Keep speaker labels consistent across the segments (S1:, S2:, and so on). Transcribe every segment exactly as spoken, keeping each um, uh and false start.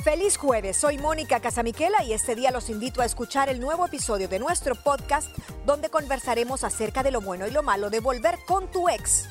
S1: Feliz jueves, soy Mónica Casamiquela y este día los invito a escuchar el nuevo episodio de nuestro podcast donde conversaremos acerca de lo bueno y lo malo de volver con tu ex.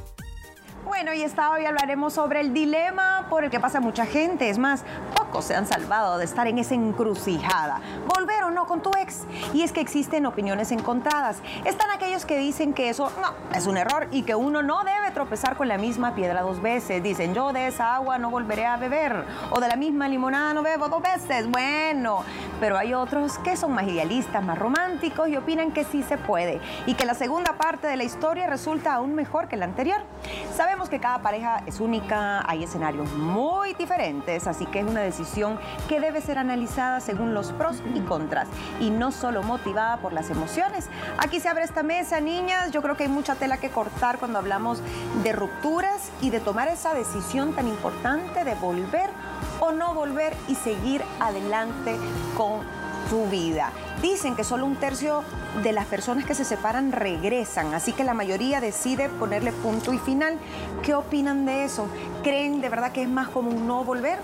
S2: Bueno, y esta hoy hablaremos sobre el dilema por el que pasa mucha gente. Es más, pocos se han salvado de estar en esa encrucijada. ¿Volver o no con tu ex? Y es que existen opiniones encontradas. Están aquellos que dicen que eso no, es un error y que uno no debe tropezar con la misma piedra dos veces. Dicen, yo de esa agua no volveré a beber. O de la misma limonada no bebo dos veces. Bueno, pero hay otros que son más idealistas, más románticos y opinan que sí se puede. Y que la segunda parte de la historia resulta aún mejor que la anterior. Sabemos que cada pareja es única, hay escenarios muy diferentes, así que es una decisión que debe ser analizada según los pros y contras y no solo motivada por las emociones. Aquí se abre esta mesa, niñas. Yo creo que hay mucha tela que cortar cuando hablamos de rupturas y de tomar esa decisión tan importante de volver o no volver y seguir adelante con tu vida. Dicen que solo un tercio de las personas que se separan regresan, así que la mayoría decide ponerle punto y final. ¿Qué opinan de eso? ¿Creen de verdad que es más común no volver?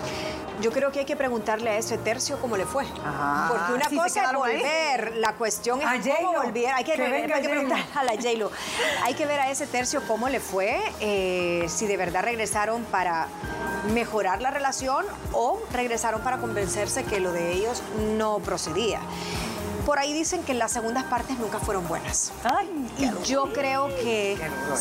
S1: Yo creo que hay que preguntarle a ese tercio cómo le fue.
S2: Ajá,
S1: porque una
S2: sí,
S1: cosa es volver, ahí. La cuestión es
S2: a
S1: cómo
S2: J-Lo.
S1: volver. Hay que,
S2: que, venga,
S1: hay que preguntar a la J-Lo. Hay que ver a ese tercio cómo le fue, eh, si de verdad regresaron para mejorar la relación o regresaron para convencerse que lo de ellos no procedía. Por ahí dicen que las segundas partes nunca fueron buenas.
S2: Ay,
S1: y yo creo que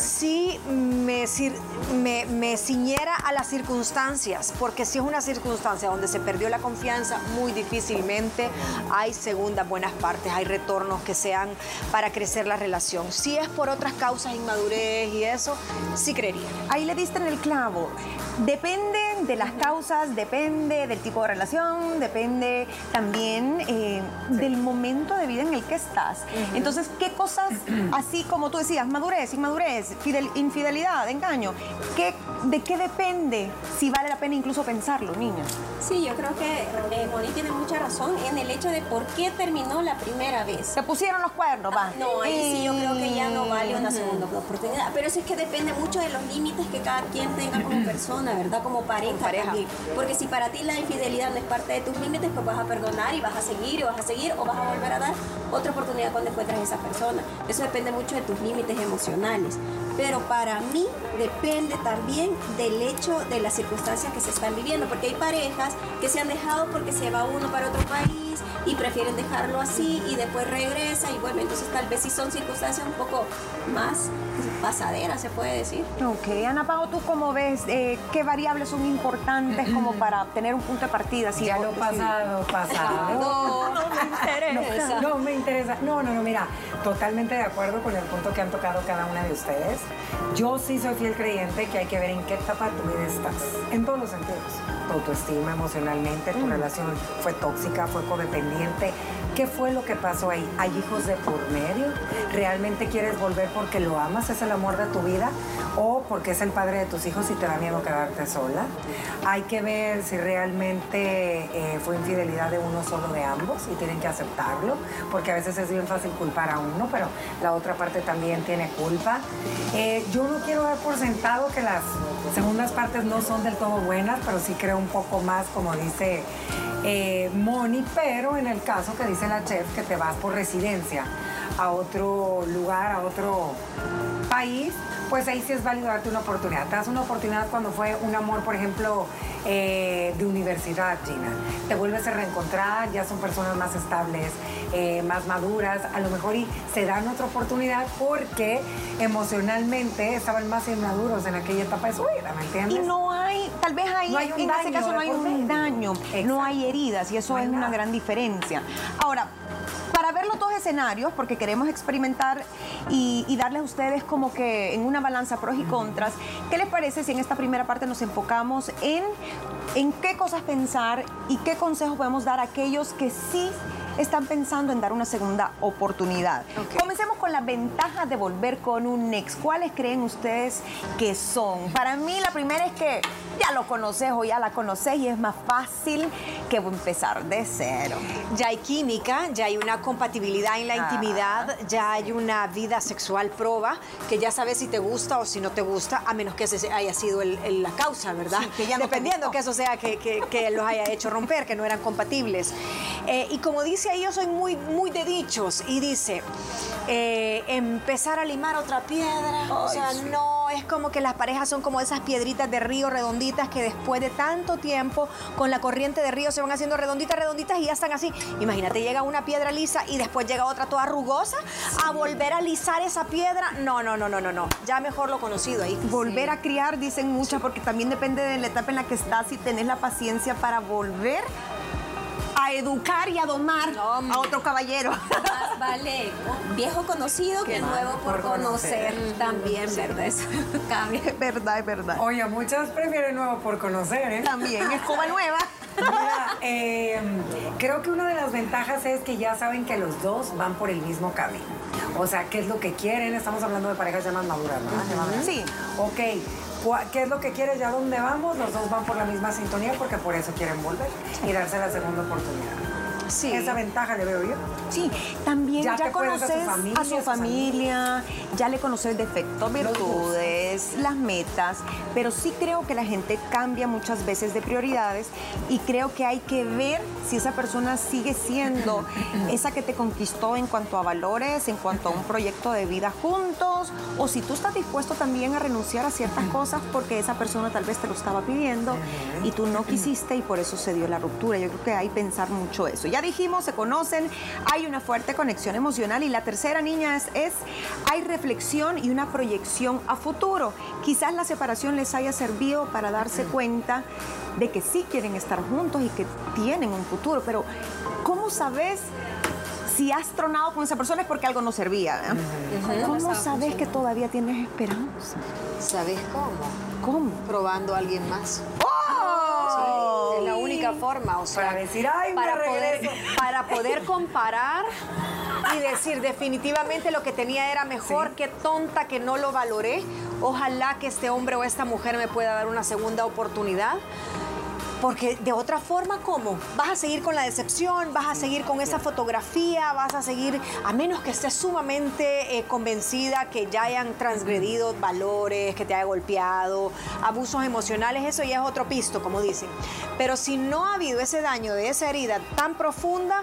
S1: sí me, me, me ciñera a las circunstancias, porque si es una circunstancia donde se perdió la confianza, muy difícilmente hay segundas buenas partes, hay retornos que sean para crecer la relación. Si es por otras causas, inmadurez y eso, sí creería.
S2: Ahí le diste en el clavo. Depende de las causas, depende del tipo de relación, depende también eh, sí. del momento de vida en el que estás. Uh-huh. Entonces, ¿qué cosas, así como tú decías, madurez, inmadurez, fidel, infidelidad, engaño, ¿qué, de qué depende si vale la pena incluso pensarlo, niña?
S3: Sí, yo creo que eh, Moni tiene mucha razón en el hecho de por qué terminó la primera vez.
S2: Se pusieron los cuernos, va.
S3: Ah, no, ahí sí yo creo que ya no vale una segunda oportunidad. Pero eso es que depende mucho de los límites que cada quien tenga como persona, ¿verdad? Como pareja, como pareja. También. Porque si para ti la infidelidad no es parte de tus límites, pues vas a perdonar y vas a seguir y vas a seguir o vas a volver a dar otra oportunidad cuando encuentres a esa persona. Eso depende mucho de tus límites emocionales. Pero para mí depende también del hecho de las circunstancias que se están viviendo, porque hay parejas que se han dejado porque se va uno para otro país y prefieren dejarlo así y después regresa y vuelve. Entonces tal vez sí son circunstancias un poco más pasaderas, se puede decir.
S2: Ok, Ana Pao, ¿tú cómo ves? Eh, ¿Qué variables son importantes como para tener un punto de partida? Si
S4: ya lo pasado, pasado.
S2: No, no me interesa.
S4: No, no me interesa. No, no, no, mira, totalmente de acuerdo con el punto que han tocado cada una de ustedes. Yo sí soy fiel creyente que hay que ver en qué etapa de tu vida estás, en todos los sentidos. Tu autoestima, emocionalmente, tu mm. relación fue tóxica, fue codependiente. ¿Qué fue lo que pasó ahí? ¿Hay hijos de por medio? ¿Realmente quieres volver porque lo amas, es el amor de tu vida? ¿O porque es el padre de tus hijos y te da miedo quedarte sola? Hay que ver si realmente eh, fue infidelidad de uno solo de ambos y tienen que aceptarlo, porque a veces es bien fácil culpar a uno, pero la otra parte también tiene culpa. Eh, yo no quiero dar por sentado que las segundas partes no son del todo buenas, pero sí creo un poco más, como dice eh, Moni, pero en el caso que dice la chef, que te vas por residencia a otro lugar, a otro país, pues ahí sí es válido darte una oportunidad. Te das una oportunidad cuando fue un amor, por ejemplo, eh, de universidad, Gina. Te vuelves a reencontrar, ya son personas más estables, eh, más maduras, a lo mejor y se dan otra oportunidad porque emocionalmente estaban más inmaduros en aquella etapa de su vida, ¿me entiendes?
S2: Y no hay, tal vez ahí,
S4: no hay un
S2: en
S4: daño,
S2: ese caso no hay un daño, exacto. No hay heridas y eso no es una gran diferencia. Ahora, para ver los dos escenarios, porque queremos experimentar y, y darles a ustedes como que en una balanza pros y contras, ¿qué les parece si en esta primera parte nos enfocamos en, en qué cosas pensar y qué consejos podemos dar a aquellos que sí están pensando en dar una segunda oportunidad.
S1: Okay.
S2: Comencemos con las ventajas de volver con un ex. ¿Cuáles creen ustedes que son? Para mí la primera es que ya lo conoces o ya la conoces y es más fácil que empezar de cero.
S1: Ya hay química, ya hay una compatibilidad en la
S2: Ah,
S1: intimidad, ya hay una vida sexual proba, que ya sabes si te gusta o si no te gusta, a menos que ese haya sido el, el, la causa, ¿verdad?
S2: Sí, que ya no te
S1: Dependiendo
S2: gustó.
S1: que eso sea que, que, que los haya hecho romper, que no eran compatibles. Eh, y como dice ahí, yo soy muy, muy de dichos, y dice, eh, empezar a limar otra piedra, o sea, no, es como que las parejas son como esas piedritas de río redonditas que después de tanto tiempo con la corriente de río se van haciendo redonditas, redonditas y ya están así. Imagínate, llega una piedra lisa y después llega otra toda rugosa a volver a lisar esa piedra. No, no, no, no, no, no. Ya mejor lo conocido ahí.
S2: Volver a criar, dicen muchas, porque también depende de la etapa en la que estás, si tenés la paciencia para volver a educar y a domar
S1: No,
S2: a otro caballero.
S3: Más vale viejo conocido que nuevo por conocer también, ¿verdad? Eso cambia.
S2: Es verdad, es verdad.
S4: Oye, muchas prefieren nuevo por conocer, ¿eh?
S2: También, escoba nueva.
S4: Mira, eh, creo que una de las ventajas es que ya saben que los dos van por el mismo camino. O sea, ¿qué es lo que quieren? Estamos hablando de parejas ya más maduras, ¿no?
S2: Sí.
S4: Ok, ¿cuá- ¿qué es lo que quieres? ¿Ya dónde vamos? Los dos van por la misma sintonía porque por eso quieren volver y darse la segunda oportunidad.
S1: Sí.
S4: Esa ventaja le veo yo.
S2: Sí, también
S4: Ya
S2: ya,
S4: te puedes a su
S2: conoces
S4: familia,
S2: a su
S4: a sus
S2: familia, ya le conoces defectos,
S4: Los
S2: virtudes, las metas, pero sí creo que la gente cambia muchas veces de prioridades y creo que hay que ver si esa persona sigue siendo esa que te conquistó en cuanto a valores, en cuanto a un proyecto de vida juntos, o si tú estás dispuesto también a renunciar a ciertas cosas porque esa persona tal vez te lo estaba pidiendo y tú no quisiste y por eso se dio la ruptura. Yo creo que hay que pensar mucho eso. Ya dijimos, se conocen, hay una fuerte conexión emocional y la tercera, niñas, es hay reflexión y una proyección a futuro. Quizás la separación les haya servido para darse cuenta de que sí quieren estar juntos y que tienen un futuro, pero ¿cómo sabes si has tronado con esa persona? Es porque algo no servía, ¿eh? ¿Cómo sabes que todavía tienes esperanza?
S1: ¿Sabes cómo?
S2: ¿Cómo?
S1: Probando a alguien más.
S2: ¡Oh!
S1: Sí, es la única forma, o sea,
S4: Para decir, ay, me
S1: para poder,
S4: regreso.
S1: para poder comparar y decir definitivamente lo que tenía era mejor, qué tonta que no lo valoré. Ojalá que este hombre o esta mujer me pueda dar una segunda oportunidad. Porque de otra forma, ¿cómo? Vas a seguir con la decepción, vas a seguir con esa fotografía, vas a seguir, a menos que estés sumamente eh, convencida que ya hayan transgredido valores, que te haya golpeado, abusos emocionales, eso ya es otro pisto, como dicen. Pero si no ha habido ese daño de esa herida tan profunda,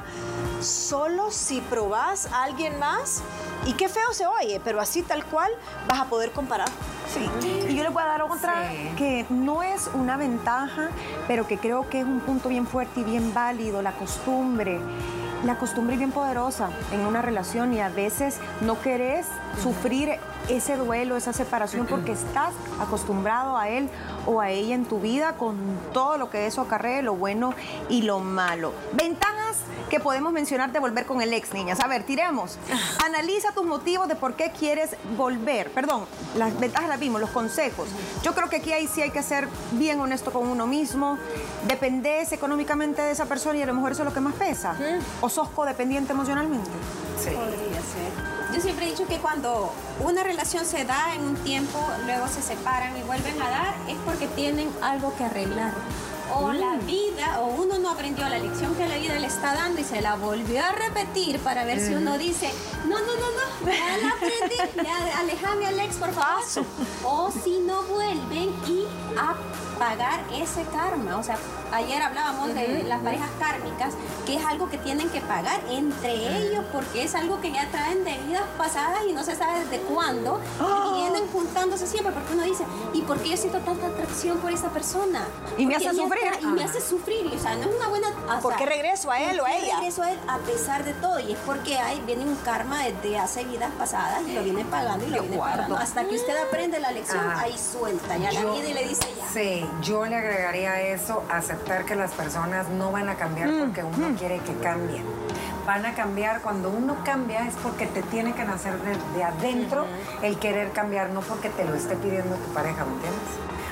S1: solo si probás a alguien más, y qué feo se oye, pero así tal cual vas a poder comparar.
S2: Sí, y yo les voy a dar otra
S4: Sí.
S2: que no es una ventaja, pero que creo que es un punto bien fuerte y bien válido, la costumbre. La costumbre es bien poderosa en una relación y a veces no querés sufrir ese duelo, esa separación, porque estás acostumbrado a él o a ella en tu vida con todo lo que eso acarrea, lo bueno y lo malo. Ventajas que podemos mencionar de volver con el ex, niñas. A ver, tiremos. Analiza tus motivos de por qué quieres volver. Perdón, las ventajas las vimos, los consejos. Yo creo que aquí hay, sí hay que ser bien honesto con uno mismo. Dependés económicamente de esa persona y a lo mejor eso es lo que más pesa. ¿O sos codependiente emocionalmente?
S4: Sí.
S3: Podría ser. Yo siempre he dicho que cuando una relación se da en un tiempo, luego se separan y vuelven a dar, es porque tienen algo que arreglar. O la vida, o uno no aprendió la lección que la vida le está dando y se la volvió a repetir para ver si uno dice, no, no, no, no, ya la aprendí, ya alejame al ex, por favor. O si no vuelven y a pagar ese karma. O sea, ayer hablábamos de las parejas kármicas, que es algo que tienen que pagar entre ellos porque es algo que ya traen de vidas pasadas y no se sabe desde cuándo. Y vienen juntándose siempre porque uno dice, ¿y por qué yo siento tanta atracción por esa persona?
S2: Y me
S3: Porque
S2: hace
S3: ella
S2: sufrir.
S3: tra- Y me hace sufrir. Y, o sea, no es una buena... o
S1: ¿Por
S3: sea,
S1: qué regreso a él o a
S3: ¿por qué
S1: ella?
S3: regreso a él a pesar de todo? Y es porque hay, viene un karma desde hace vidas pasadas y lo vienen pagando y lo vienen pagando. Hasta que usted aprende la lección,
S4: Ajá.
S3: ahí suelta. Ya la
S4: Yo-
S3: vida y le dice ya.
S4: Sí, yo le agregaría a eso, aceptar que las personas no van a cambiar porque uno quiere que cambien. Van a cambiar, cuando uno cambia es porque te tiene que nacer de, de adentro el querer cambiar, no porque te lo esté pidiendo tu pareja, ¿me entiendes?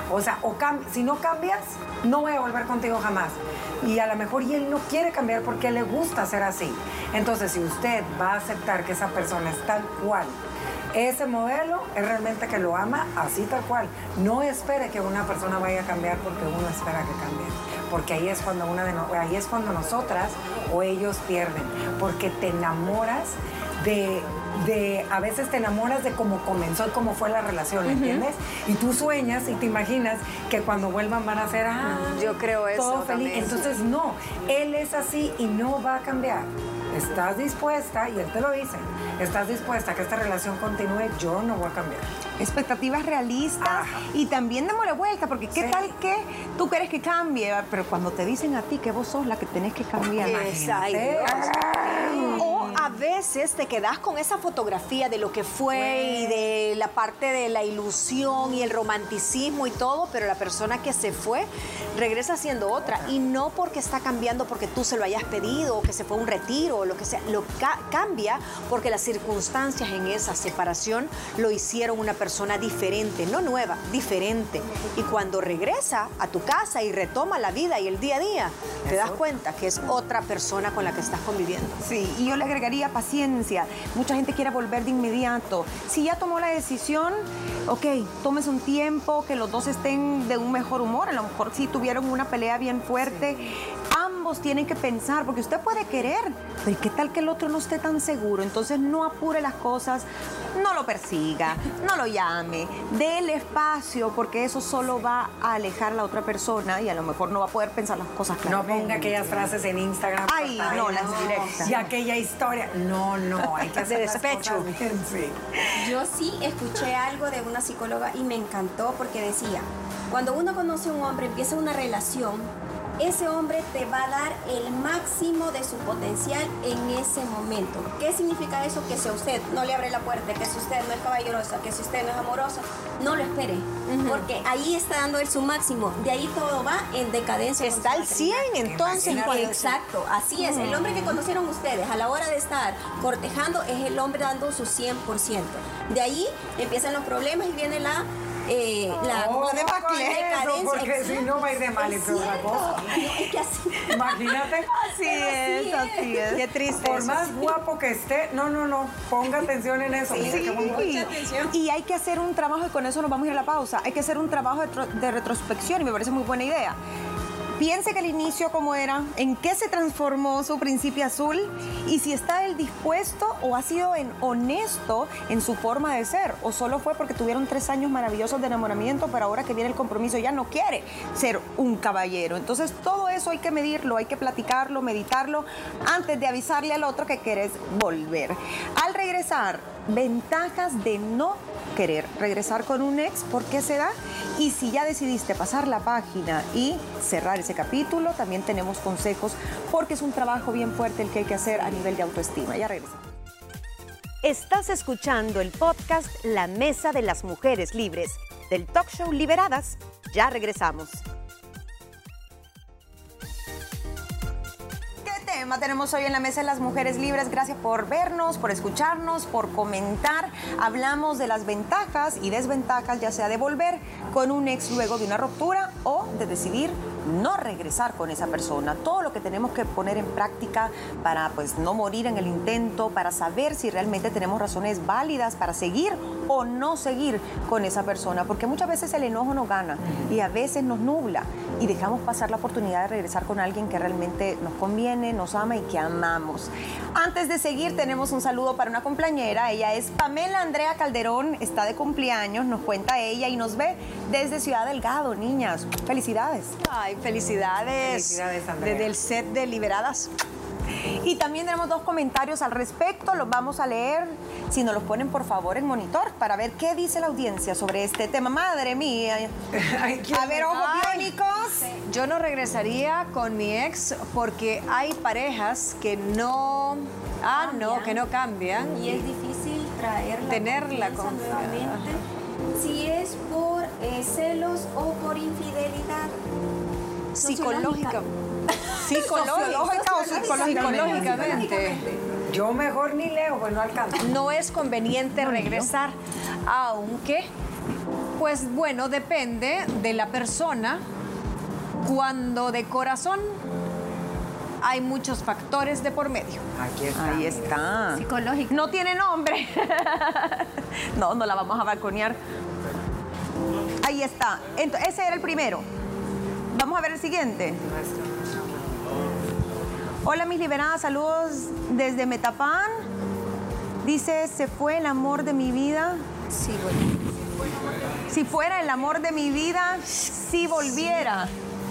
S4: O sea, o cam- si no cambias, no voy a volver contigo jamás. Y a lo mejor y él no quiere cambiar porque le gusta ser así. Entonces, si usted va a aceptar que esa persona es tal cual, ese modelo es realmente que lo ama así tal cual. No espere que una persona vaya a cambiar porque uno espera que cambie. Porque ahí es cuando una de no- ahí es cuando nosotras o ellos pierden. Porque te enamoras de, de a veces te enamoras de cómo comenzó y cómo fue la relación, ¿me entiendes? Y tú sueñas y te imaginas que cuando vuelvan van a ser ah,
S1: Yo creo eso
S4: todo feliz.
S1: también, sí.
S4: Entonces no, él es así y no va a cambiar. ¿Estás dispuesta? Y él te lo dice. ¿Estás dispuesta a que esta relación continúe? Yo no voy a cambiar.
S2: Expectativas realistas.
S4: Ajá.
S2: Y también démosle vuelta, porque qué
S4: Sí.
S2: tal que tú quieres que cambie, pero cuando te dicen a ti que vos sos la que tenés que cambiar.
S1: Ay, Dios. O a veces te quedas con esa fotografía de lo que fue y de la parte de la ilusión y el romanticismo y todo, pero la persona que se fue regresa siendo otra. Y no porque está cambiando porque tú se lo hayas pedido o que se fue a un retiro o lo que sea. Lo ca- cambia porque las circunstancias en esa separación lo hicieron una persona diferente, no nueva, diferente. Y cuando regresa a tu casa y retoma la vida y el día a día, te das cuenta que es otra persona con la que estás conviviendo.
S2: Sí, y yo le agregaría paciencia. Mucha gente quiere volver de inmediato. Si ya tomó la decisión, ok, tómese un tiempo, que los dos estén de un mejor humor. A lo mejor si tuvieron una pelea bien fuerte, ambos tienen que pensar, porque usted puede querer, pero ¿qué tal que el otro no esté tan seguro? Entonces no apure las cosas, no lo persiga, no lo llame, déle espacio, porque eso solo va a alejar a la otra persona y a lo mejor no va a poder pensar las cosas
S4: No
S2: claramente.
S4: ponga aquellas frases en Instagram.
S2: Ay,
S4: cortadas.
S2: no, las directas.
S4: Y aquella historia. No, no, hay que hacer
S1: De
S4: las
S1: despecho.
S4: cosas bien, sí.
S3: Yo sí escuché algo de una psicóloga y me encantó porque decía, cuando uno conoce a un hombre, empieza una relación, ese hombre te va a dar el máximo de su potencial en ese momento. ¿Qué significa eso? Que si a usted no le abre la puerta, que si usted no es caballerosa, que si usted no es amorosa, no lo espere, porque ahí está dando él su máximo. De ahí todo va en decadencia. con
S1: Está
S3: su
S1: al cien,
S3: maternidad.
S1: entonces.
S3: Sí,
S1: cuando-
S3: exacto, así es. El hombre que conocieron ustedes a la hora de estar cortejando es el hombre dando su cien por ciento. De ahí empiezan los problemas y viene la... Eh, la
S4: Oh,
S3: la
S4: ojo con eso, porque si no va a ir de mal y
S3: Es
S4: peor la
S3: cierto.
S4: cosa.
S3: No, es que así.
S4: Imagínate.
S2: Así es, así es.
S1: Qué triste
S4: Por
S1: eso.
S4: más guapo que esté, no, no, no, ponga atención en eso. Mira qué bonito.
S3: Mucha atención.
S2: Y hay que hacer un trabajo, y con eso nos vamos a ir a la pausa, hay que hacer un trabajo de, tro- de retrospección y me parece muy buena idea. Piense que el inicio cómo era, en qué se transformó su principio azul y si está él dispuesto o ha sido en- honesto en su forma de ser o solo fue porque tuvieron tres años maravillosos de enamoramiento, pero ahora que viene el compromiso ya no quiere ser un caballero. Entonces todo eso hay que medirlo, hay que platicarlo, meditarlo antes de avisarle al otro que quieres volver. Al regresar, ventajas de no querer regresar con un ex, ¿por qué se da? Y si ya decidiste pasar la página y cerrar ese capítulo, también tenemos consejos porque es un trabajo bien fuerte el que hay que hacer a nivel de autoestima. Ya regresamos.
S5: Estás escuchando el podcast La Mesa de las Mujeres Libres, del talk show Liberadas. Ya regresamos.
S2: ¿Qué tema tenemos hoy en la Mesa de las Mujeres Libres? Gracias por vernos, por escucharnos, por comentar. Hablamos de las ventajas y desventajas, ya sea de volver con un ex luego de una ruptura o de decidir no regresar con esa persona. Todo lo que tenemos que poner en práctica para pues no morir en el intento, para saber si realmente tenemos razones válidas para seguir o no seguir con esa persona, porque muchas veces el enojo nos gana y a veces nos nubla y dejamos pasar la oportunidad de regresar con alguien que realmente nos conviene, nos ama y que amamos. Antes de seguir, tenemos un saludo para una cumpleañera. Ella es Pamela Andrea Calderón, está de cumpleaños, nos cuenta ella y nos ve desde Ciudad Delgado. Niñas, felicidades.
S1: Ay, felicidades.
S4: Felicidades, Andrea.
S1: Desde el set de Liberadas.
S2: Y también tenemos dos comentarios al respecto, los vamos a leer, si nos los ponen por favor en monitor, para ver qué dice la audiencia sobre este tema. Madre mía.
S4: Ay, ¿quién
S2: A ver, ojos
S1: Ay.
S2: biónicos.
S1: Yo no regresaría con mi ex porque hay parejas que no... Ah, no,
S3: Cambian.
S1: que no cambian.
S3: Y es difícil traer la
S1: Tener la
S3: confianza
S1: confianza.
S3: nuevamente. Si es por eh, celos o por infidelidad.
S1: Psicológica.
S2: Sociológica o
S1: Psicológicamente.
S4: Yo mejor ni leo, pues no alcanzo.
S1: No es conveniente regresar, aunque Pues bueno, depende de la persona. Cuando de corazón hay muchos factores de por medio.
S4: Aquí está.
S2: Ahí está.
S3: Psicológico.
S2: No tiene nombre. No, no la vamos a balconear. Ahí está. Entonces, ese era el primero. Vamos a ver el siguiente. Hola, mis liberadas. Saludos desde Metapán. Dice, se fue el amor de mi vida.
S3: Sí, bueno.
S2: Si fuera el amor de mi vida, si volviera.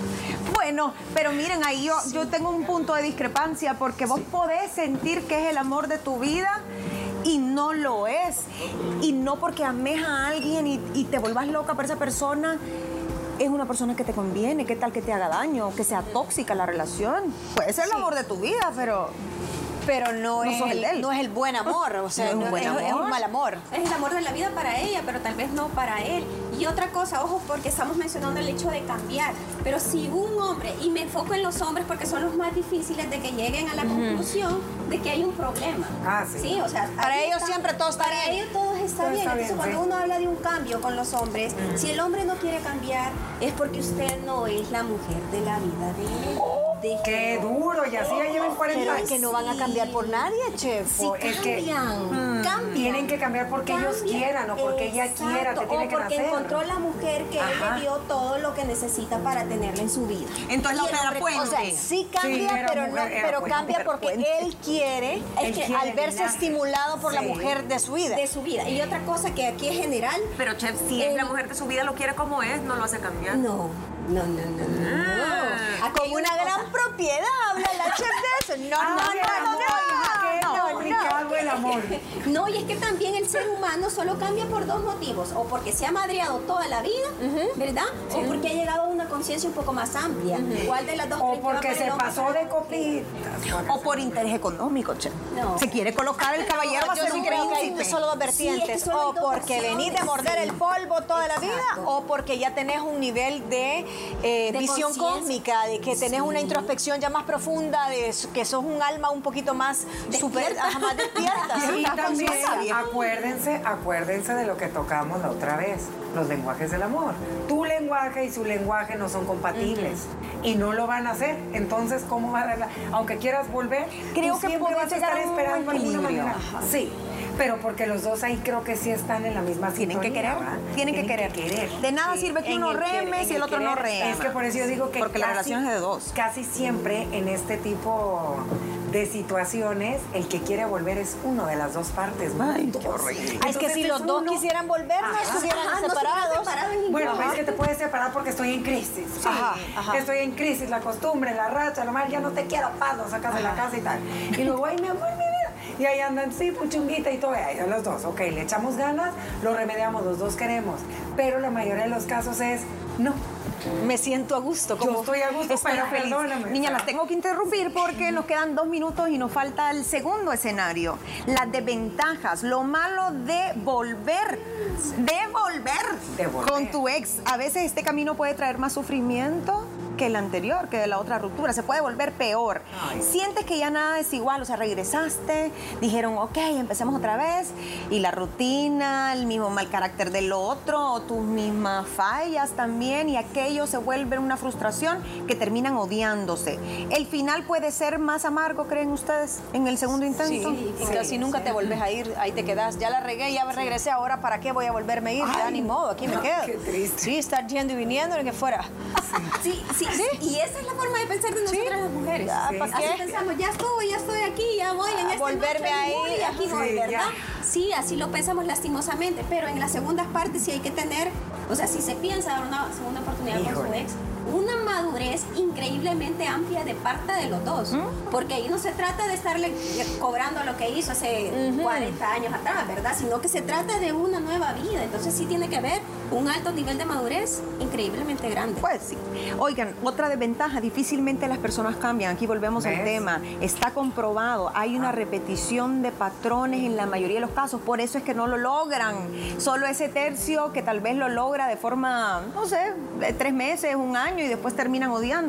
S2: Bueno, pero miren, ahí yo, yo tengo un punto de discrepancia porque vos podés sentir que es el amor de tu vida y no lo es. Y no porque ames a alguien y, y te vuelvas loca por esa persona, es una persona que te conviene. ¿Qué tal que te haga daño? Que sea tóxica la relación. Puede ser el amor de tu vida, pero...
S1: Pero no,
S2: No
S1: es,
S2: sos el
S1: el,
S2: de él.
S1: no es el buen amor, o sea,
S2: No es un
S1: no-
S2: buen
S1: es, es
S2: amor.
S1: un mal amor.
S3: Es el amor de la vida para ella, pero tal vez no para él. Y otra cosa, ojo, porque estamos mencionando el hecho de cambiar. Pero si un hombre, y me enfoco en los hombres porque son los más difíciles de que lleguen a la conclusión de que hay un problema.
S4: Ah, sí.
S3: o sea,
S1: Para
S3: ahí
S1: ellos siempre todo está
S3: para
S1: bien.
S3: ellos todo está
S4: Todo
S3: bien.
S4: está
S3: Entonces,
S4: bien,
S3: cuando
S4: sí.
S3: uno habla de un cambio con los hombres, si el hombre no quiere cambiar, es porque usted no es la mujer de la vida de él. Déjelo.
S4: Qué duro, y así ya llevan cuarenta
S1: Pero es
S4: años.
S1: que no van a cambiar por nadie, chef.
S3: Sí,
S4: O es que,
S3: cambian, cambian.
S4: tienen que cambiar porque ellos
S3: Cambian.
S4: quieran o porque ella
S3: Exacto,
S4: quiera, te tiene
S3: o
S4: que
S3: porque
S4: nacer.
S3: encontró la mujer que él
S4: Ajá.
S3: le dio todo lo que necesita para tenerla en su vida.
S2: Entonces la
S3: Y el
S2: otra
S3: hombre-
S2: puente.
S1: O sea, sí cambia,
S4: Sí, era
S1: pero,
S4: mujer,
S1: no,
S4: era
S1: pero
S4: puente,
S1: cambia
S2: era
S1: porque
S2: puente.
S1: él quiere,
S3: Es
S1: él
S3: que
S1: quiere al verse
S4: linaje.
S1: estimulado por la
S4: Sí.
S1: mujer de su vida.
S3: de su vida. Y otra cosa que aquí es general.
S2: Pero, chef, si
S3: es
S2: es
S3: la
S2: la mujer de su vida, lo quiere como es, no lo hace cambiar.
S3: No, no, no, no, no. no. Aquí hay
S1: Con una
S3: cosa.
S1: gran propiedad habla la chef de eso. No,
S4: Ah,
S1: no,
S4: el
S1: no, no,
S4: amor,
S1: no,
S4: qué
S1: no,
S4: complicado el amor.
S3: No, y es que también el ser humano solo cambia por dos motivos, o porque se ha madreado toda la vida, ¿verdad? O porque ha llegado a una conciencia un poco más amplia. ¿Cuál de las dos
S4: O
S3: creen que va
S4: porque
S3: para
S4: se
S3: el hombre?
S4: pasó de copitas.
S2: O por interés económico, chef.
S3: No.
S2: Se quiere colocar el caballero va a
S1: Yo
S2: ser
S1: sí
S2: un
S1: creo que hay
S2: príncipe.
S1: solo dos
S3: Sí,
S1: vertientes,
S3: es que solo hay
S1: o
S3: dos
S1: porque
S3: opciones,
S1: venís de morder
S3: sí.
S1: el polvo toda la vida,
S3: Exacto.
S1: o porque ya tenés un nivel de, eh,
S3: De
S1: visión
S3: conciencia.
S1: cósmica, de que tenés
S3: Sí.
S1: una introspección ya más profunda, de s- que sos un alma un poquito más super,
S3: Despierta.
S1: ajá, más despierta.
S4: Y
S1: sí,
S4: también,
S1: más sabia.
S4: acuérdense, acuérdense de lo que tocamos la otra vez, los lenguajes del amor. Tu lenguaje y su lenguaje no son compatibles y no lo van a hacer. Entonces, ¿cómo va a darla? Aunque quieras volver,
S2: Creo
S4: tú
S2: que
S4: siempre
S2: podés
S4: vas a
S2: llegar
S4: estar
S2: a un
S4: esperando alguna
S2: equilibrio.
S4: manera. Sí, pero porque los dos ahí creo que sí están en la misma
S2: Tienen que
S4: sintonía,
S2: querer,
S4: ¿verdad?
S2: tienen que querer. De nada
S1: Sí,
S2: sirve que
S1: en
S2: uno
S1: el querer,
S2: reme
S1: en
S2: si el
S1: el
S2: otro no
S1: querer está.
S2: rema.
S4: Es que por eso yo digo que
S2: Porque la
S4: casi-
S2: relación es de dos.
S4: Casi siempre en este tipo de situaciones, el que quiere volver es uno de las dos partes. ¿no?
S2: Ay, qué horrible.
S1: Ah, es que
S4: Entonces,
S1: si
S4: es
S1: los dos
S4: uno-
S1: quisieran volver, no
S4: Ajá.
S1: estuvieran
S3: Ah, no se
S1: separados.
S3: hubieran separado en
S4: Bueno,
S3: ningún
S4: es que te puedes separar porque estoy en crisis.
S1: Ajá, ajá.
S4: Estoy en crisis, la costumbre, la racha, lo mal, ya no te quiero, paz, lo sacas de la casa y tal. Y luego, ay, mi amor, mi vida. Y ahí andan, sí, puchunguita y todo, ahí están los dos. Ok, le echamos ganas, lo remediamos, los dos queremos. Pero la mayoría de los casos es, no.
S1: Me siento a gusto. Como
S4: Yo estoy a gusto,
S2: Estoy
S4: pero
S2: feliz.
S4: perdóname.
S2: Niña, las tengo que interrumpir porque nos quedan dos minutos y nos falta el segundo escenario. Las desventajas, lo malo de volver, de volver,
S4: De volver.
S2: con tu ex. A veces este camino puede traer más sufrimiento que el anterior, que de la otra ruptura. Se puede volver peor.
S4: Ay.
S2: Sientes que ya nada es igual, o sea, regresaste, dijeron, ok, empecemos otra vez, y la rutina, el mismo mal carácter del otro, o tus mismas fallas también, y aquello se vuelve una frustración que terminan odiándose. ¿El final puede ser más amargo, creen ustedes, en el segundo intento?
S1: Sí, y casi nunca te volves a ir, ahí te quedas. Ya la regué, ya regresé, ahora ¿para qué voy a volverme a ir? Ya ni modo, aquí me quedo.
S4: qué triste.
S1: Sí, estar yendo y viniendo, ni que fuera.
S3: Sí, sí, y esa es la forma de pensar de nosotras las mujeres.
S1: Ya, ¿pa'
S3: Así
S1: qué?
S3: pensamos, ya estuve, ya estoy aquí, ya voy en
S1: Ah,
S3: este
S1: volverme a
S3: matrimonio
S1: ir,
S3: y aquí
S4: sí,
S3: voy,
S4: ya.
S3: ¿verdad? Sí, así lo pensamos lastimosamente, pero en las segundas partes sí hay que tener, o sea, si se piensa dar una segunda oportunidad con su
S4: Híjole.
S3: ex, una madurez increíblemente amplia de parte de los dos, porque ahí no se trata de estarle cobrando lo que hizo hace cuarenta años atrás, ¿verdad? Sino que se trata de una nueva vida, entonces sí tiene que haber un alto nivel de madurez increíblemente grande.
S2: Pues sí. Oigan, otra desventaja, difícilmente las personas cambian. Aquí volvemos al
S4: ¿Ves?
S2: tema. Está comprobado, hay una repetición de patrones en la mayoría de los casos, por eso es que no lo logran. Solo ese tercio que tal vez lo logra de forma, no sé, de tres meses, un año y después terminan odiándose.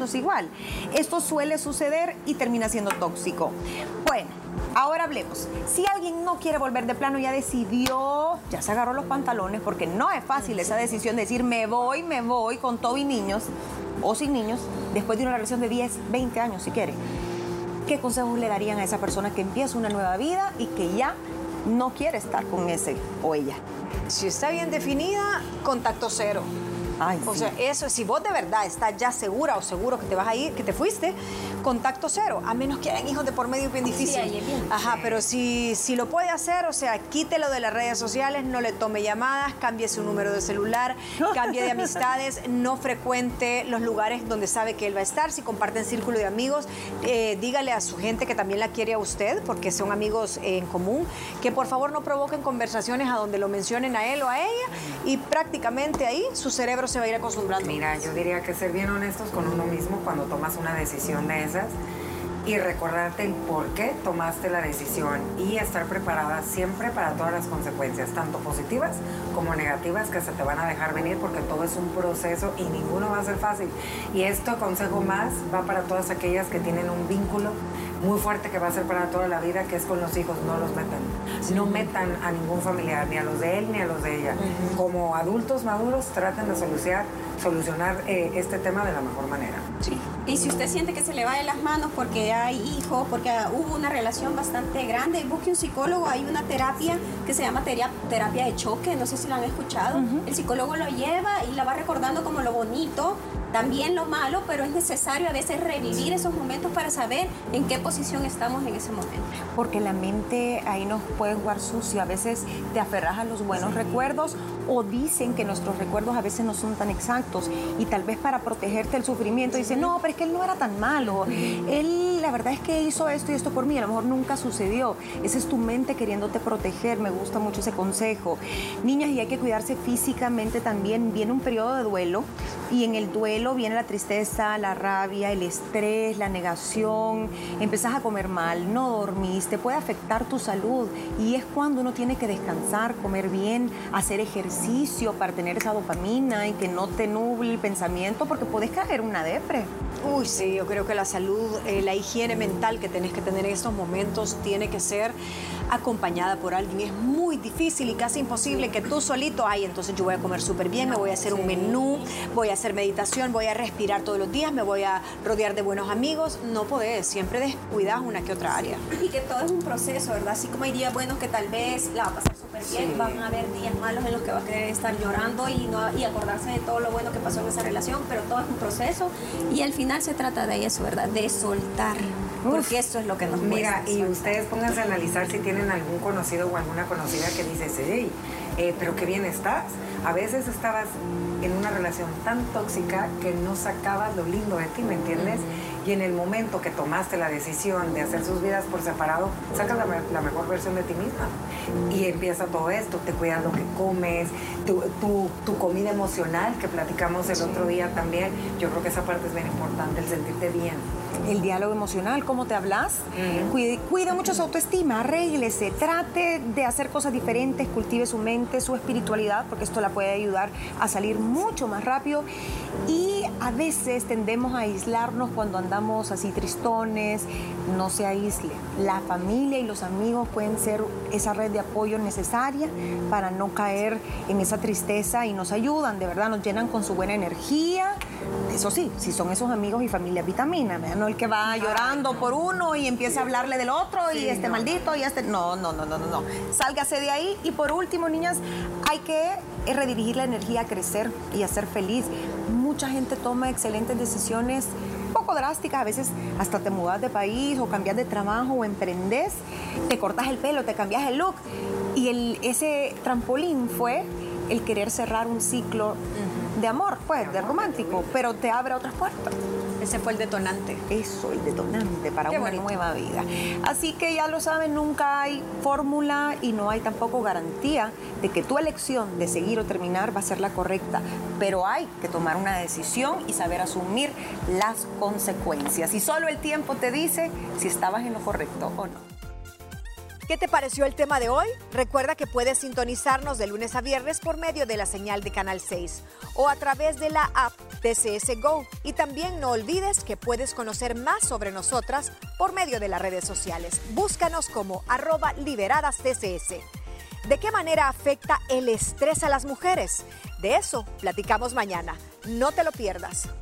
S2: menos igual. Esto suele suceder y termina siendo tóxico. Bueno, ahora hablemos. Si alguien no quiere volver de plano, ya decidió, ya se agarró los pantalones, porque no es fácil esa decisión de decir me voy, me voy con todo y niños o sin niños, después de una relación de diez, veinte años si quiere. ¿Qué consejos le darían a esa persona que empieza una nueva vida y que ya no quiere estar con ese o ella?
S1: Si está bien definida, contacto cero.
S2: Ay,
S1: o
S2: sí.
S1: sea, eso, si vos de verdad estás ya segura o seguro que te vas a ir, que te fuiste, contacto cero, a menos que hayan hijos de por medio, bien difícil.
S3: Sí, ahí es bien.
S1: Ajá, pero si, si lo puede hacer, o sea, quítelo de las redes sociales, no le tome llamadas, cambie su número de celular, cambie de amistades, no frecuente los lugares donde sabe que él va a estar. Si comparten círculo de amigos, eh, dígale a su gente que también la quiere a usted, porque son amigos eh, en común, que por favor no provoquen conversaciones a donde lo mencionen a él o a ella, y prácticamente ahí su cerebro se va a ir acostumbrando.
S4: Mira, yo diría que ser bien honestos con uno mismo cuando tomas una decisión de esas y recordarte el por qué tomaste la decisión y estar preparada siempre para todas las consecuencias, tanto positivas como negativas que se te van a dejar venir, porque todo es un proceso y ninguno va a ser fácil. Y esto, consejo más, va para todas aquellas que tienen un vínculo muy fuerte que va a ser para toda la vida, que es con los hijos. No los metan. Sí. No metan a ningún familiar, ni a los de él ni a los de ella. Uh-huh. Como adultos maduros, traten de solucionar, solucionar eh, este tema de la mejor manera.
S3: Sí. Y si usted siente que se le va de las manos porque hay hijos, porque hubo una relación bastante grande, busque un psicólogo. Hay una terapia que se llama terapia, terapia de choque, no sé si la han escuchado. Uh-huh. El psicólogo lo lleva y la va recordando como lo bonito, también lo malo, pero es necesario a veces revivir esos momentos para saber en qué posición estamos en ese momento.
S2: Porque la mente ahí nos puede jugar sucio. A veces te aferras a los buenos sí. recuerdos, o dicen que nuestros recuerdos a veces no son tan exactos, y tal vez para protegerte del sufrimiento sí. dicen, no, pero es que él no era tan malo. Sí. Él, la verdad es que hizo esto y esto por mí. A lo mejor nunca sucedió. Esa es tu mente queriéndote proteger. Me gusta mucho ese consejo. Niñas, y hay que cuidarse físicamente también. Viene un periodo de duelo, y en el duelo viene la tristeza, la rabia, el estrés, la negación. Empezás a comer mal, no dormís, te puede afectar tu salud, y es cuando uno tiene que descansar, comer bien, hacer ejercicio para tener esa dopamina y que no te nuble el pensamiento, porque podés caer en una depre.
S1: Uy, sí, yo creo que la salud, eh, la higiene mental que tenés que tener en estos momentos tiene que ser acompañada por alguien. Es muy difícil y casi imposible que tú solito, ay, entonces yo voy a comer súper bien, me voy a hacer un menú, voy a hacer meditación, voy a respirar todos los días, me voy a rodear de buenos amigos. No podés, siempre descuidas una que otra área.
S3: Y que todo es un proceso, ¿verdad? Así como hay días buenos que tal vez la va a pasar súper bien, sí. van a haber días malos en los que va a querer estar llorando y, no, y acordarse de todo lo bueno que pasó en esa relación, pero todo es un proceso, y al final se trata de eso, ¿verdad? De soltar. Uf, porque eso es lo que nos cuesta.
S4: Mira, y soltar. Ustedes pónganse a analizar si tienen algún conocido o alguna conocida que dice, hey, eh, pero qué bien estás. A veces estabas en una relación tan tóxica que no sacabas lo lindo de ti, ¿me entiendes? Uh-huh. Y en el momento que tomaste la decisión de hacer sus vidas por separado, sacas la, la mejor versión de ti misma. Y empieza todo esto, te cuidas lo que comes, tu, tu, tu comida emocional, que platicamos el sí. otro día también. Yo creo que esa parte es bien importante, el sentirte bien.
S2: El diálogo emocional, cómo te hablas. Uh-huh. Cuide, cuide mucho su autoestima, arréglese, trate de hacer cosas diferentes, cultive su mente, su espiritualidad, porque esto la puede ayudar a salir mucho más rápido. Y a veces tendemos a aislarnos cuando andamos así tristones. No se aísle. La familia y los amigos pueden ser esa red de apoyo necesaria para no caer en esa tristeza, y nos ayudan, de verdad, nos llenan con su buena energía. Eso sí, si son esos amigos y familia vitamina, ¿verdad? No el que va llorando por uno y empieza a hablarle del otro, sí, y este no. maldito y este... No, no, no, no, no, no. Sálgase de ahí. Y por último, niñas, hay que redirigir la energía a crecer y a ser feliz. Mucha gente toma excelentes decisiones un poco drásticas, a veces hasta te mudas de país o cambias de trabajo o emprendes, te cortas el pelo, te cambias el look, y el, ese trampolín fue el querer cerrar un ciclo uh-huh. de amor, pues, de romántico, pero te abre otras puertas.
S1: Ese fue el detonante.
S2: Eso, el detonante para
S1: Qué
S2: una
S1: bonito.
S2: nueva vida. Así que ya lo saben, nunca hay fórmula y no hay tampoco garantía de que tu elección de seguir o terminar va a ser la correcta, pero hay que tomar una decisión y saber asumir las consecuencias. Y solo el tiempo te dice si estabas en lo correcto o no.
S1: ¿Qué te pareció el tema de hoy? Recuerda que puedes sintonizarnos de lunes a viernes por medio de la señal de Canal seis o a través de la app T C S Go. Y también no olvides que puedes conocer más sobre nosotras por medio de las redes sociales. Búscanos como arroba liberadas T C S. ¿De qué manera afecta el estrés a las mujeres? De eso platicamos mañana. No te lo pierdas.